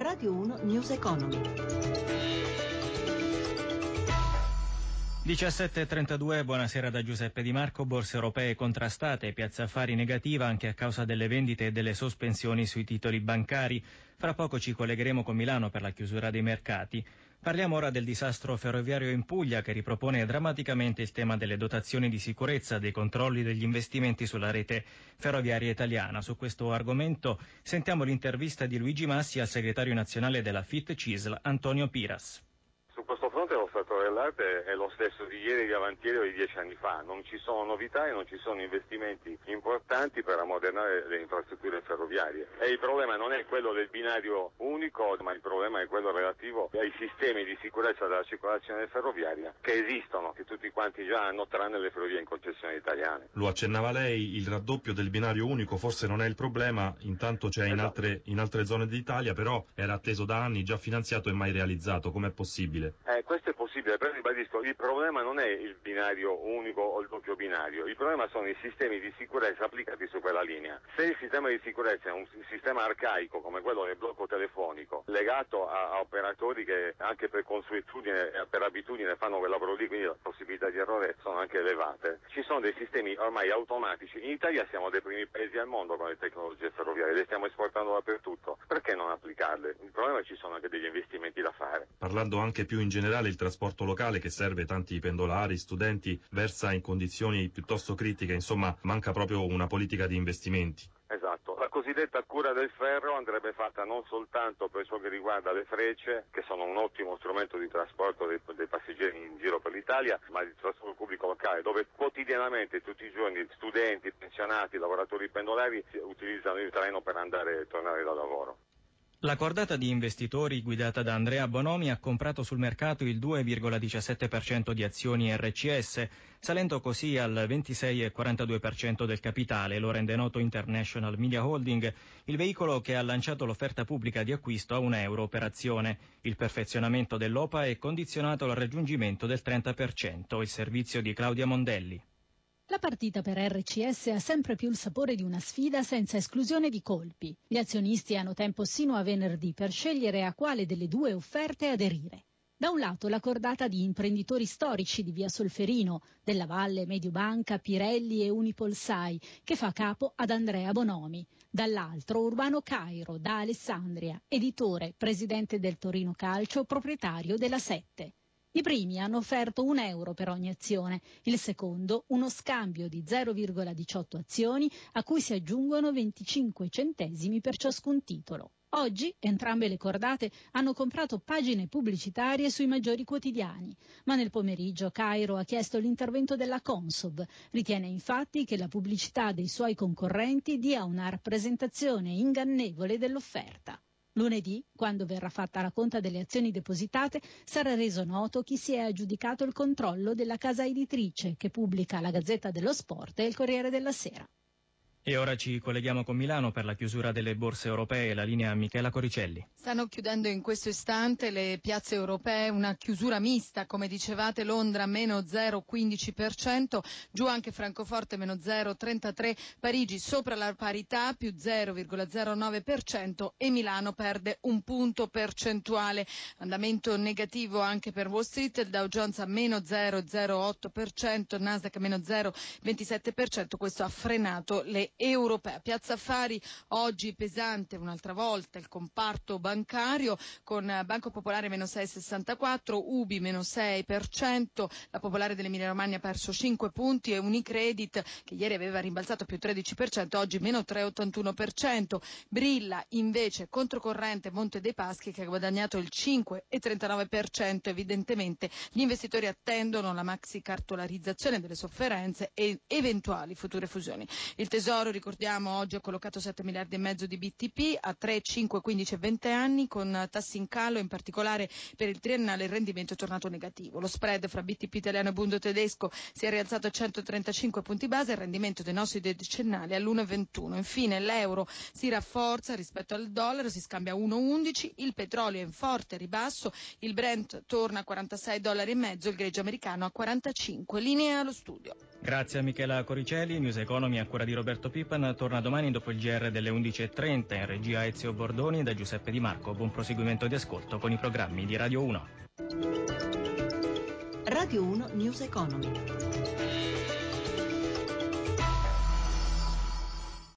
Radio 1 News Economy. 17:32, buonasera da Giuseppe Di Marco. Borse europee contrastate, piazza affari negativa anche a causa delle vendite e delle sospensioni sui titoli bancari. Fra poco ci collegheremo con Milano per la chiusura dei mercati. Parliamo ora del disastro ferroviario in Puglia che ripropone drammaticamente il tema delle dotazioni di sicurezza, dei controlli degli investimenti sulla rete ferroviaria italiana. Su questo argomento sentiamo l'intervista di Luigi Massi al segretario nazionale della FIT-CISL, Antonio Piras. Su questo fronte lo stato dell'arte è lo stesso di ieri, di avantieri o di 10 anni fa. Non ci sono novità e non ci sono investimenti importanti per ammodernare le infrastrutture ferroviarie. E il problema non è quello del binario unico, ma il problema è quello relativo ai sistemi di sicurezza della circolazione ferroviaria che esistono, che tutti quanti già hanno, tranne le ferrovie in concessione italiane. Lo accennava lei, il raddoppio del binario unico forse non è il problema, intanto c'è in altre zone d'Italia, però era atteso da anni, già finanziato e mai realizzato. Com'è possibile? Questo è possibile, però ribadisco, il problema non è il binario unico o il doppio binario, il problema sono i sistemi di sicurezza applicati su quella linea. Se il sistema di sicurezza è un sistema arcaico come quello del blocco telefonico, legato a operatori che anche per consuetudine e per abitudine fanno quel lavoro lì, quindi le possibilità di errore sono anche elevate, ci sono dei sistemi ormai automatici. In Italia siamo dei primi paesi al mondo con le tecnologie ferroviarie, le stiamo esportando dappertutto, perché non applicarle? Il problema è che ci sono anche degli investimenti da fare. Parlando anche più in generale, il trasporto locale che serve tanti pendolari, studenti, versa in condizioni piuttosto critiche, insomma manca proprio una politica di investimenti. Esatto, la cosiddetta cura del ferro andrebbe fatta non soltanto per ciò che riguarda le frecce, che sono un ottimo strumento di trasporto dei passeggeri in giro per l'Italia, ma di trasporto pubblico locale, dove quotidianamente, tutti i giorni, studenti, pensionati, lavoratori pendolari utilizzano il treno per andare e tornare dal lavoro. La cordata di investitori guidata da Andrea Bonomi ha comprato sul mercato il 2,17% di azioni RCS, salendo così al 26,42% del capitale. Lo rende noto International Media Holding, il veicolo che ha lanciato l'offerta pubblica di acquisto a €1 per azione. Il perfezionamento dell'OPA è condizionato al raggiungimento del 30%. Il servizio di Claudia Mondelli. La partita per RCS ha sempre più il sapore di una sfida senza esclusione di colpi. Gli azionisti hanno tempo sino a venerdì per scegliere a quale delle due offerte aderire. Da un lato la cordata di imprenditori storici di via Solferino, Della Valle, Mediobanca, Pirelli e Unipolsai, che fa capo ad Andrea Bonomi. Dall'altro Urbano Cairo, da Alessandria, editore, presidente del Torino Calcio, proprietario della Sette. I primi hanno offerto €1 per ogni azione, il secondo uno scambio di 0,18 azioni a cui si aggiungono 25 centesimi per ciascun titolo. Oggi entrambe le cordate hanno comprato pagine pubblicitarie sui maggiori quotidiani, ma nel pomeriggio Cairo ha chiesto l'intervento della Consob. Ritiene infatti che la pubblicità dei suoi concorrenti dia una rappresentazione ingannevole dell'offerta. Lunedì, quando verrà fatta la conta delle azioni depositate, sarà reso noto chi si è aggiudicato il controllo della casa editrice che pubblica la Gazzetta dello Sport e il Corriere della Sera. E ora ci colleghiamo con Milano per la chiusura delle borse europee. La linea Michela Coricelli. Stanno chiudendo in questo istante le piazze europee, una chiusura mista, come dicevate. Londra meno 0,15%, giù anche Francoforte meno 0,33%, Parigi sopra la parità più 0,09% e Milano perde un punto percentuale. Andamento negativo anche per Wall Street, il Dow Jones a meno 0,08%, Nasdaq meno 0,27%, questo ha frenato le europea. Piazza Affari oggi pesante un'altra volta il comparto bancario, con Banco Popolare meno 6,64, Ubi meno 6%, la Popolare dell'Emilia Romagna ha perso 5 punti e Unicredit, che ieri aveva rimbalzato più 13%, oggi meno 3,81%. Brilla invece controcorrente Monte dei Paschi, che ha guadagnato il 5,39%. Evidentemente gli investitori attendono la maxi cartolarizzazione delle sofferenze e eventuali future fusioni. Il Tesoro, ricordiamo, oggi ha collocato 7 miliardi e mezzo di BTP a 3, 5, 15 e 20 anni, con tassi in calo, in particolare per il triennale il rendimento è tornato negativo. Lo spread fra BTP italiano e Bundo tedesco si è rialzato a 135 punti base, il rendimento dei nostri decennali all'1,21. Infine l'euro si rafforza rispetto al dollaro, si scambia a 1,11, il petrolio è in forte ribasso, il Brent torna a $46,50, il greggio americano a 45. Linea allo studio. Grazie a Michela Coricelli, News Economy a cura di Roberto Roberto Pippan torna domani dopo il GR delle 11.30, in regia Ezio Bordoni da Giuseppe Di Marco. Buon proseguimento di ascolto con i programmi di Radio 1. Radio 1 News Economy.